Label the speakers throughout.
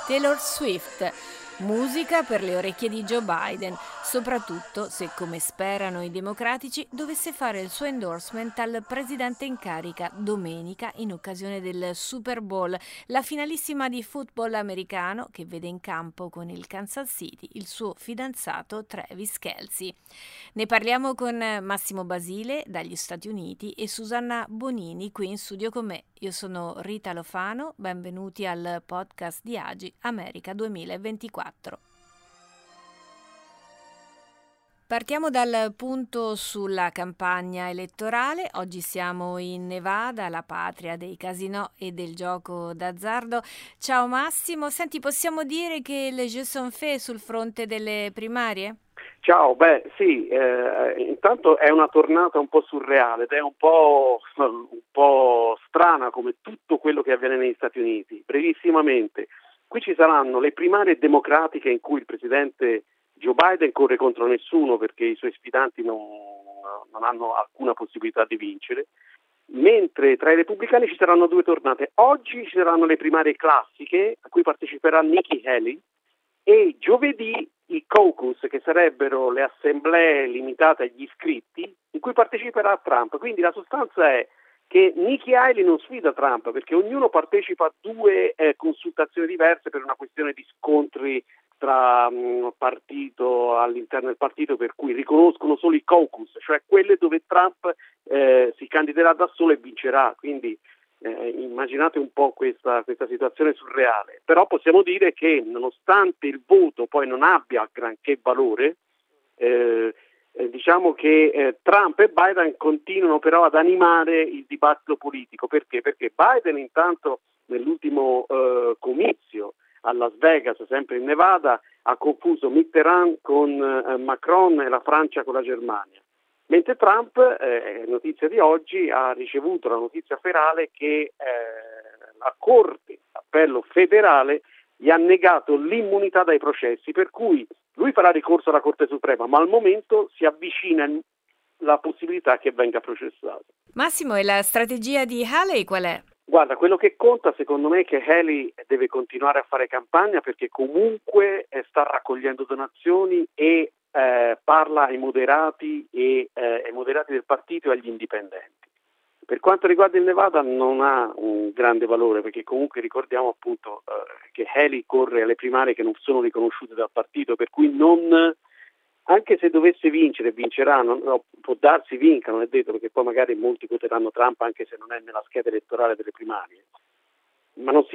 Speaker 1: Taylor Swift, musica per le orecchie di Joe Biden, soprattutto se, come sperano i democratici, dovesse fare il suo endorsement al presidente in carica domenica in occasione del Super Bowl, la finalissima di football americano che vede in campo con il Kansas City il suo fidanzato Travis Kelce. Ne parliamo con Massimo Basile dagli Stati Uniti e Susanna Bonini qui in studio con me. Io sono Rita Lofano, benvenuti al podcast di Agi America 2024. Partiamo dal punto sulla campagna elettorale. Oggi siamo in Nevada, la patria dei casinò e del gioco d'azzardo. Ciao Massimo, senti, possiamo dire che le jeux sont faits sul fronte delle primarie?
Speaker 2: Ciao, sì, intanto è una tornata un po' surreale ed è un po' strana come tutto quello che avviene negli Stati Uniti. Brevissimamente, qui ci saranno le primarie democratiche in cui il presidente Joe Biden corre contro nessuno perché i suoi sfidanti non hanno alcuna possibilità di vincere, mentre tra i repubblicani ci saranno due tornate. Oggi ci saranno le primarie classiche a cui parteciperà Nikki Haley e giovedì i caucus, che sarebbero le assemblee limitate agli iscritti, in cui parteciperà Trump. Quindi la sostanza è che Nikki Haley non sfida Trump perché ognuno partecipa a due consultazioni diverse per una questione di scontri tra partito all'interno del partito, per cui riconoscono solo i caucus, cioè quelle dove Trump si candiderà da solo e vincerà. Quindi immaginate un po' questa situazione surreale, però possiamo dire che nonostante il voto poi non abbia granché valore, diciamo che Trump e Biden continuano però ad animare il dibattito politico. Perché? Perché Biden intanto nell'ultimo comizio a Las Vegas, sempre in Nevada, ha confuso Mitterrand con Macron e la Francia con la Germania. Mentre Trump, notizia di oggi, ha ricevuto la notizia ferale che la Corte d'Appello federale gli ha negato l'immunità dai processi, per cui lui farà ricorso alla Corte Suprema, ma al momento si avvicina la possibilità che venga processato.
Speaker 1: Massimo, e la strategia di Haley qual è?
Speaker 2: Guarda, quello che conta secondo me è che Haley deve continuare a fare campagna perché comunque sta raccogliendo donazioni e parla ai moderati del partito e agli indipendenti. Per quanto riguarda il Nevada non ha un grande valore perché comunque ricordiamo appunto che Haley corre alle primarie che non sono riconosciute dal partito, per cui anche se dovesse vincere, vincerà, può darsi vinca, non è detto, perché poi magari molti voteranno Trump anche se non è nella scheda elettorale delle primarie. Ma non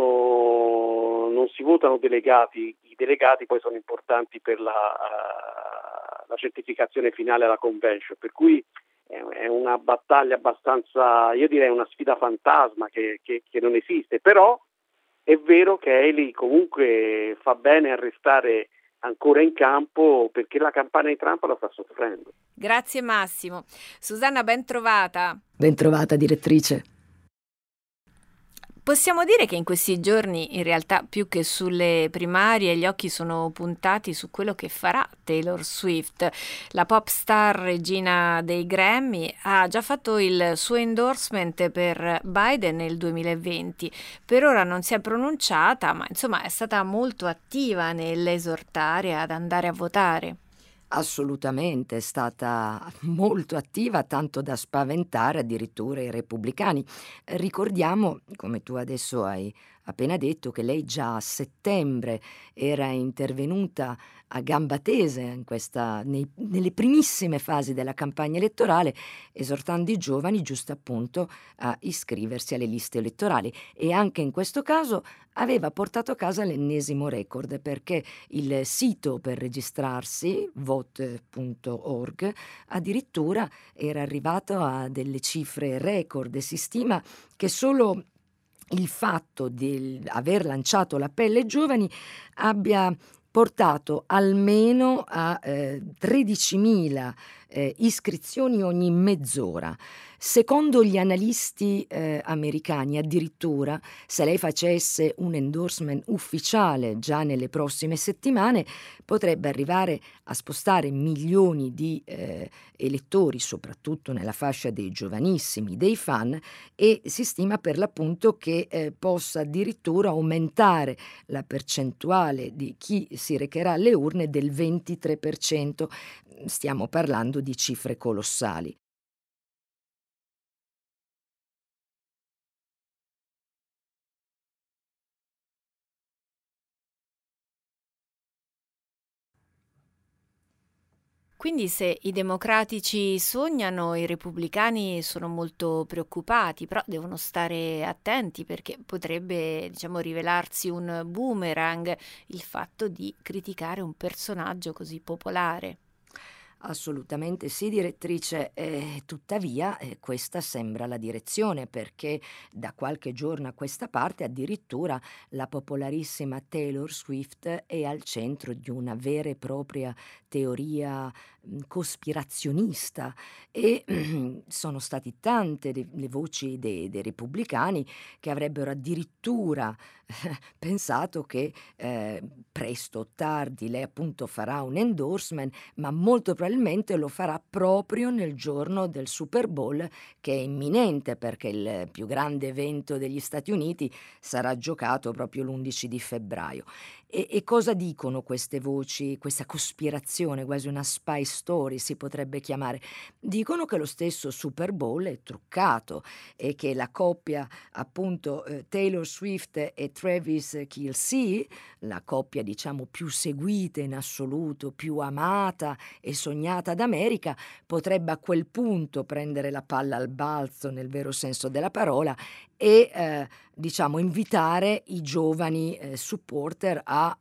Speaker 2: si votano delegati, i delegati poi sono importanti per la certificazione finale alla convention, per cui è una battaglia abbastanza, io direi una sfida fantasma che non esiste, però è vero che Haley comunque fa bene a restare ancora in campo perché la campagna di Trump la sta soffrendo.
Speaker 1: Grazie Massimo. Susanna, ben trovata.
Speaker 3: Ben trovata, direttrice.
Speaker 1: Possiamo dire che in questi giorni, in realtà, più che sulle primarie, gli occhi sono puntati su quello che farà Taylor Swift. La pop star regina dei Grammy ha già fatto il suo endorsement per Biden nel 2020. Per ora non si è pronunciata, ma insomma è stata molto attiva nell'esortare ad andare a votare.
Speaker 3: Assolutamente, è stata molto attiva, tanto da spaventare addirittura i repubblicani. Ricordiamo, come tu adesso hai appena detto, che lei già a settembre era intervenuta a gamba tesa nelle primissime fasi della campagna elettorale, esortando i giovani giusto appunto a iscriversi alle liste elettorali, e anche in questo caso aveva portato a casa l'ennesimo record, perché il sito per registrarsi, vote.org, addirittura era arrivato a delle cifre record, e si stima che solo il fatto di aver lanciato l'appello ai giovani abbia portato almeno a 13.000 iscrizioni ogni mezz'ora. Secondo gli analisti americani, addirittura, se lei facesse un endorsement ufficiale già nelle prossime settimane, potrebbe arrivare a spostare milioni di elettori, soprattutto nella fascia dei giovanissimi, dei fan, e si stima per l'appunto che possa addirittura aumentare la percentuale di chi si recherà alle urne del 23%. Stiamo parlando di cifre colossali.
Speaker 1: Quindi se i democratici sognano, i repubblicani sono molto preoccupati, però devono stare attenti perché potrebbe, diciamo, rivelarsi un boomerang il fatto di criticare un personaggio così popolare.
Speaker 3: Assolutamente sì, direttrice. Tuttavia questa sembra la direzione, perché da qualche giorno a questa parte addirittura la popolarissima Taylor Swift è al centro di una vera e propria teoria cospirazionista, e sono stati tante le voci dei repubblicani che avrebbero addirittura pensato che presto o tardi lei appunto farà un endorsement, ma molto probabilmente lo farà proprio nel giorno del Super Bowl, che è imminente, perché il più grande evento degli Stati Uniti sarà giocato proprio l'11 di febbraio. E cosa dicono queste voci, questa cospirazione, quasi una spy story si potrebbe chiamare? Dicono che lo stesso Super Bowl è truccato e che la coppia appunto Taylor Swift e Travis Kelce, la coppia diciamo più seguita in assoluto, più amata e sognata d'America, potrebbe a quel punto prendere la palla al balzo nel vero senso della parola e diciamo invitare i giovani supporter a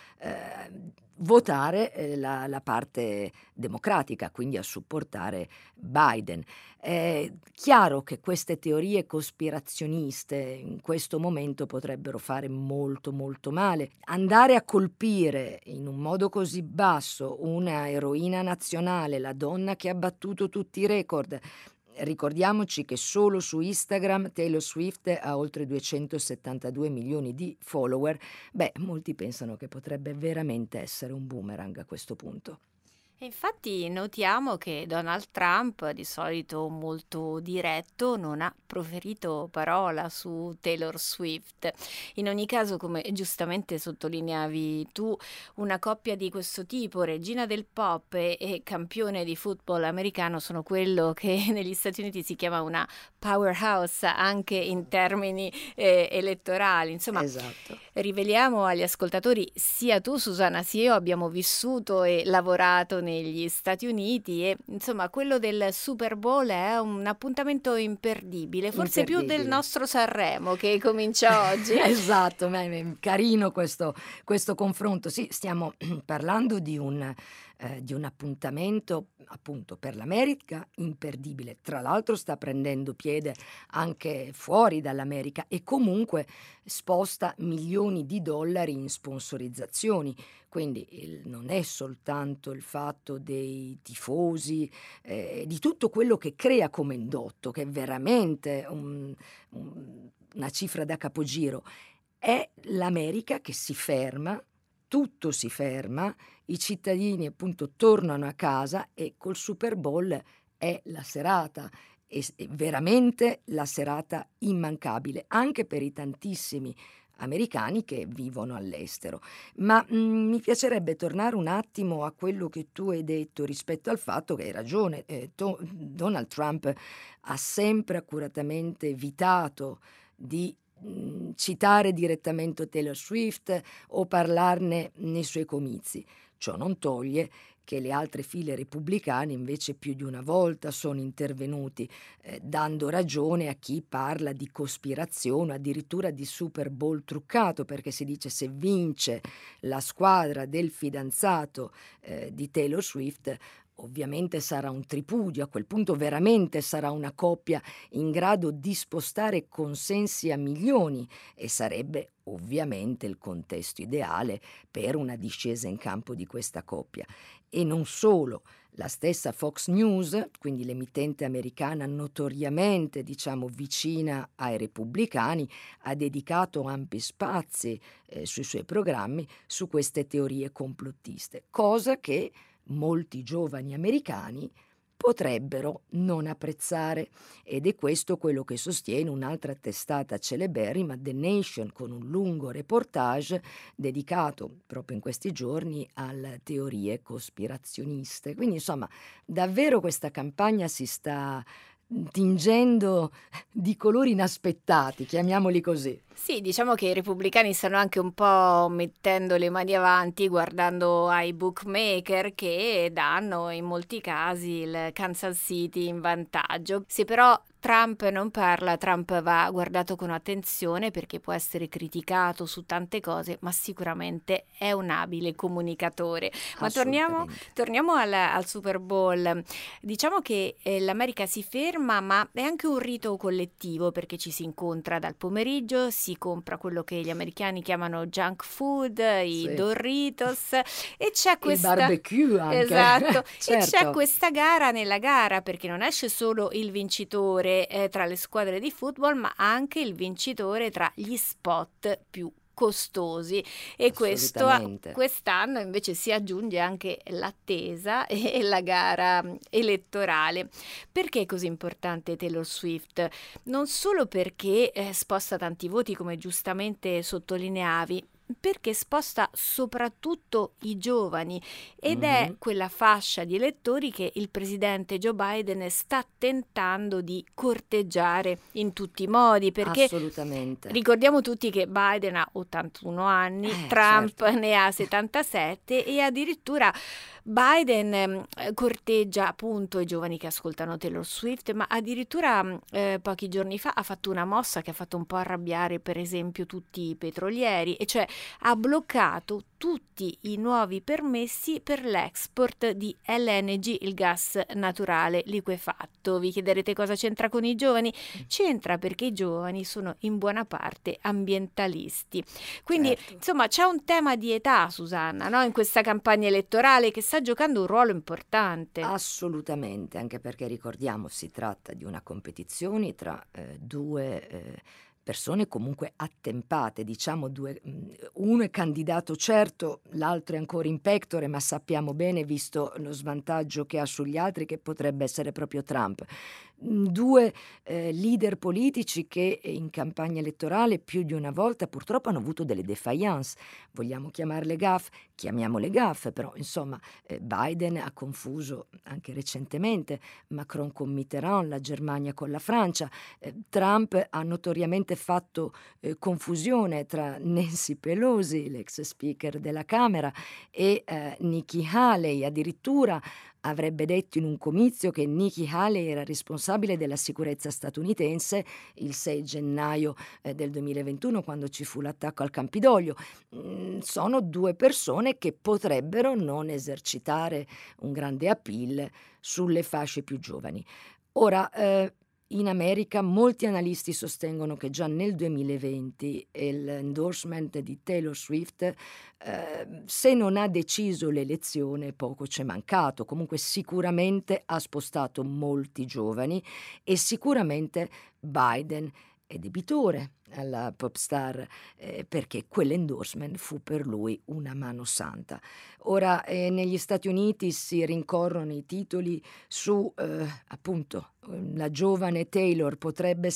Speaker 3: votare la parte democratica, quindi a supportare Biden. È chiaro che queste teorie cospirazioniste in questo momento potrebbero fare molto molto male. Andare a colpire in un modo così basso una eroina nazionale, la donna che ha battuto tutti i record. Ricordiamoci che solo su Instagram Taylor Swift ha oltre 272 milioni di follower. Beh, molti pensano che potrebbe veramente essere un boomerang a questo punto.
Speaker 1: E infatti notiamo che Donald Trump, di solito molto diretto, non ha proferito parola su Taylor Swift. In ogni caso, come giustamente sottolineavi tu, una coppia di questo tipo, regina del pop e campione di football americano, sono quello che negli Stati Uniti si chiama una powerhouse anche in termini elettorali. Insomma,
Speaker 3: Esatto.
Speaker 1: riveliamo agli ascoltatori, sia tu Susanna sia io abbiamo vissuto e lavorato negli Stati Uniti e insomma quello del Super Bowl è un appuntamento imperdibile, forse più del
Speaker 3: Imperdibile.
Speaker 1: nostro Sanremo che comincia oggi.
Speaker 3: Esatto, ma è carino questo confronto. Sì, stiamo parlando di un appuntamento appunto per l'America imperdibile. Tra l'altro sta prendendo piede anche fuori dall'America e comunque sposta milioni di dollari in sponsorizzazioni. Quindi non è soltanto il fatto dei tifosi, di tutto quello che crea come indotto, che è veramente una cifra da capogiro. È l'America che si ferma, tutto si ferma, i cittadini appunto tornano a casa e col Super Bowl è la serata, e veramente la serata immancabile, anche per i tantissimi americani che vivono all'estero. Ma mi piacerebbe tornare un attimo a quello che tu hai detto rispetto al fatto che hai ragione, Donald Trump ha sempre accuratamente evitato di citare direttamente Taylor Swift o parlarne nei suoi comizi. Ciò non toglie che le altre file repubblicane invece più di una volta sono intervenuti, dando ragione a chi parla di cospirazione, addirittura di Super Bowl truccato, perché si dice se vince la squadra del fidanzato di Taylor Swift, Ovviamente sarà un tripudio, a quel punto veramente sarà una coppia in grado di spostare consensi a milioni e sarebbe ovviamente il contesto ideale per una discesa in campo di questa coppia. E non solo, la stessa Fox News, quindi l'emittente americana notoriamente, diciamo, vicina ai repubblicani, ha dedicato ampi spazi sui suoi programmi su queste teorie complottiste, cosa che molti giovani americani potrebbero non apprezzare, ed è questo quello che sostiene un'altra testata celeberrima, The Nation, con un lungo reportage dedicato proprio in questi giorni alle teorie cospirazioniste. Quindi insomma, davvero questa campagna si sta tingendo di colori inaspettati, chiamiamoli così.
Speaker 1: Sì, diciamo che i repubblicani stanno anche un po' mettendo le mani avanti, guardando ai bookmaker che danno in molti casi il Kansas City in vantaggio. Se però Trump non parla, Trump va guardato con attenzione perché può essere criticato su tante cose, ma sicuramente è un abile comunicatore. Ma torniamo al Super Bowl. Diciamo che l'America si ferma, ma è anche un rito collettivo perché ci si incontra dal pomeriggio, si compra quello che gli americani chiamano junk food, i
Speaker 3: Sì.
Speaker 1: Doritos, e c'è questa...
Speaker 3: Il barbecue anche.
Speaker 1: Esatto, e c'è
Speaker 3: Certo.
Speaker 1: questa gara nella gara perché non esce solo il vincitore tra le squadre di football, ma anche il vincitore tra gli spot più costosi, e
Speaker 3: Assolutamente.
Speaker 1: quest'anno invece si aggiunge anche l'attesa e la gara elettorale. Perché è così importante Taylor Swift? Non solo perché sposta tanti voti, come giustamente sottolineavi, perché sposta soprattutto i giovani ed è quella fascia di elettori che il presidente Joe Biden sta tentando di corteggiare in tutti i modi, perché
Speaker 3: Assolutamente.
Speaker 1: ricordiamo tutti che Biden ha 81 anni, Trump
Speaker 3: Certo.
Speaker 1: ne ha 77 e addirittura Biden corteggia appunto i giovani che ascoltano Taylor Swift, ma addirittura pochi giorni fa ha fatto una mossa che ha fatto un po' arrabbiare per esempio tutti i petrolieri, e cioè ha bloccato tutti i nuovi permessi per l'export di LNG, il gas naturale liquefatto. Vi chiederete cosa c'entra con i giovani? C'entra perché i giovani sono in buona parte ambientalisti. Quindi,
Speaker 3: Certo.
Speaker 1: insomma, c'è un tema di età, Susanna, no? In questa campagna elettorale che sta giocando un ruolo importante.
Speaker 3: Assolutamente, anche perché ricordiamo si tratta di una competizione tra due persone comunque attempate, diciamo uno è candidato certo, l'altro è ancora in pectore, ma sappiamo bene, visto lo svantaggio che ha sugli altri, che potrebbe essere proprio Trump. Due leader politici che in campagna elettorale più di una volta purtroppo hanno avuto delle défaillance, vogliamo chiamarle gaffe, chiamiamole gaffe, però insomma Biden ha confuso anche recentemente Macron con Mitterrand, la Germania con la Francia, Trump ha notoriamente fatto confusione tra Nancy Pelosi, l'ex speaker della Camera, e Nikki Haley. Addirittura avrebbe detto in un comizio che Nikki Haley era responsabile della sicurezza statunitense il 6 gennaio del 2021, quando ci fu l'attacco al Campidoglio. Sono due persone che potrebbero non esercitare un grande appeal sulle fasce più giovani. Ora, in America molti analisti sostengono che già nel 2020 l'endorsement di Taylor Swift, se non ha deciso l'elezione, poco c'è mancato. Comunque sicuramente ha spostato molti giovani e sicuramente Biden è debitore alla pop star, perché quell'endorsement fu per lui una mano santa. Ora negli Stati Uniti si rincorrono i titoli su appunto la giovane Taylor potrebbe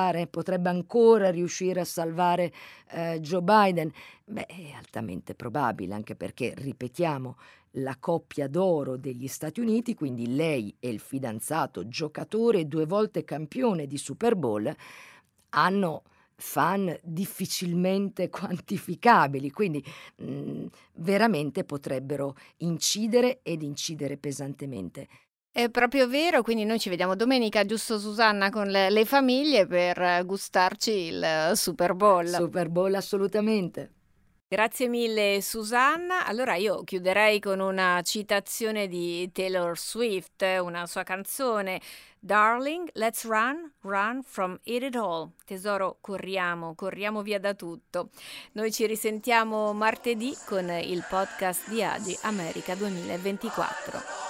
Speaker 3: ancora riuscire a salvare Joe Biden. Beh, è altamente probabile, anche perché, ripetiamo, la coppia d'oro degli Stati Uniti, quindi lei e il fidanzato, giocatore 2 volte campione di Super Bowl, hanno fan difficilmente quantificabili, quindi veramente potrebbero incidere ed incidere pesantemente.
Speaker 1: È proprio vero, quindi noi ci vediamo domenica, giusto Susanna, con le famiglie per gustarci il Super Bowl.
Speaker 3: Super Bowl assolutamente.
Speaker 1: Grazie mille Susanna. Allora io chiuderei con una citazione di Taylor Swift, una sua canzone, Darling, let's run, run from it all. Tesoro, corriamo, corriamo via da tutto. Noi ci risentiamo martedì con il podcast di Agi America 2024.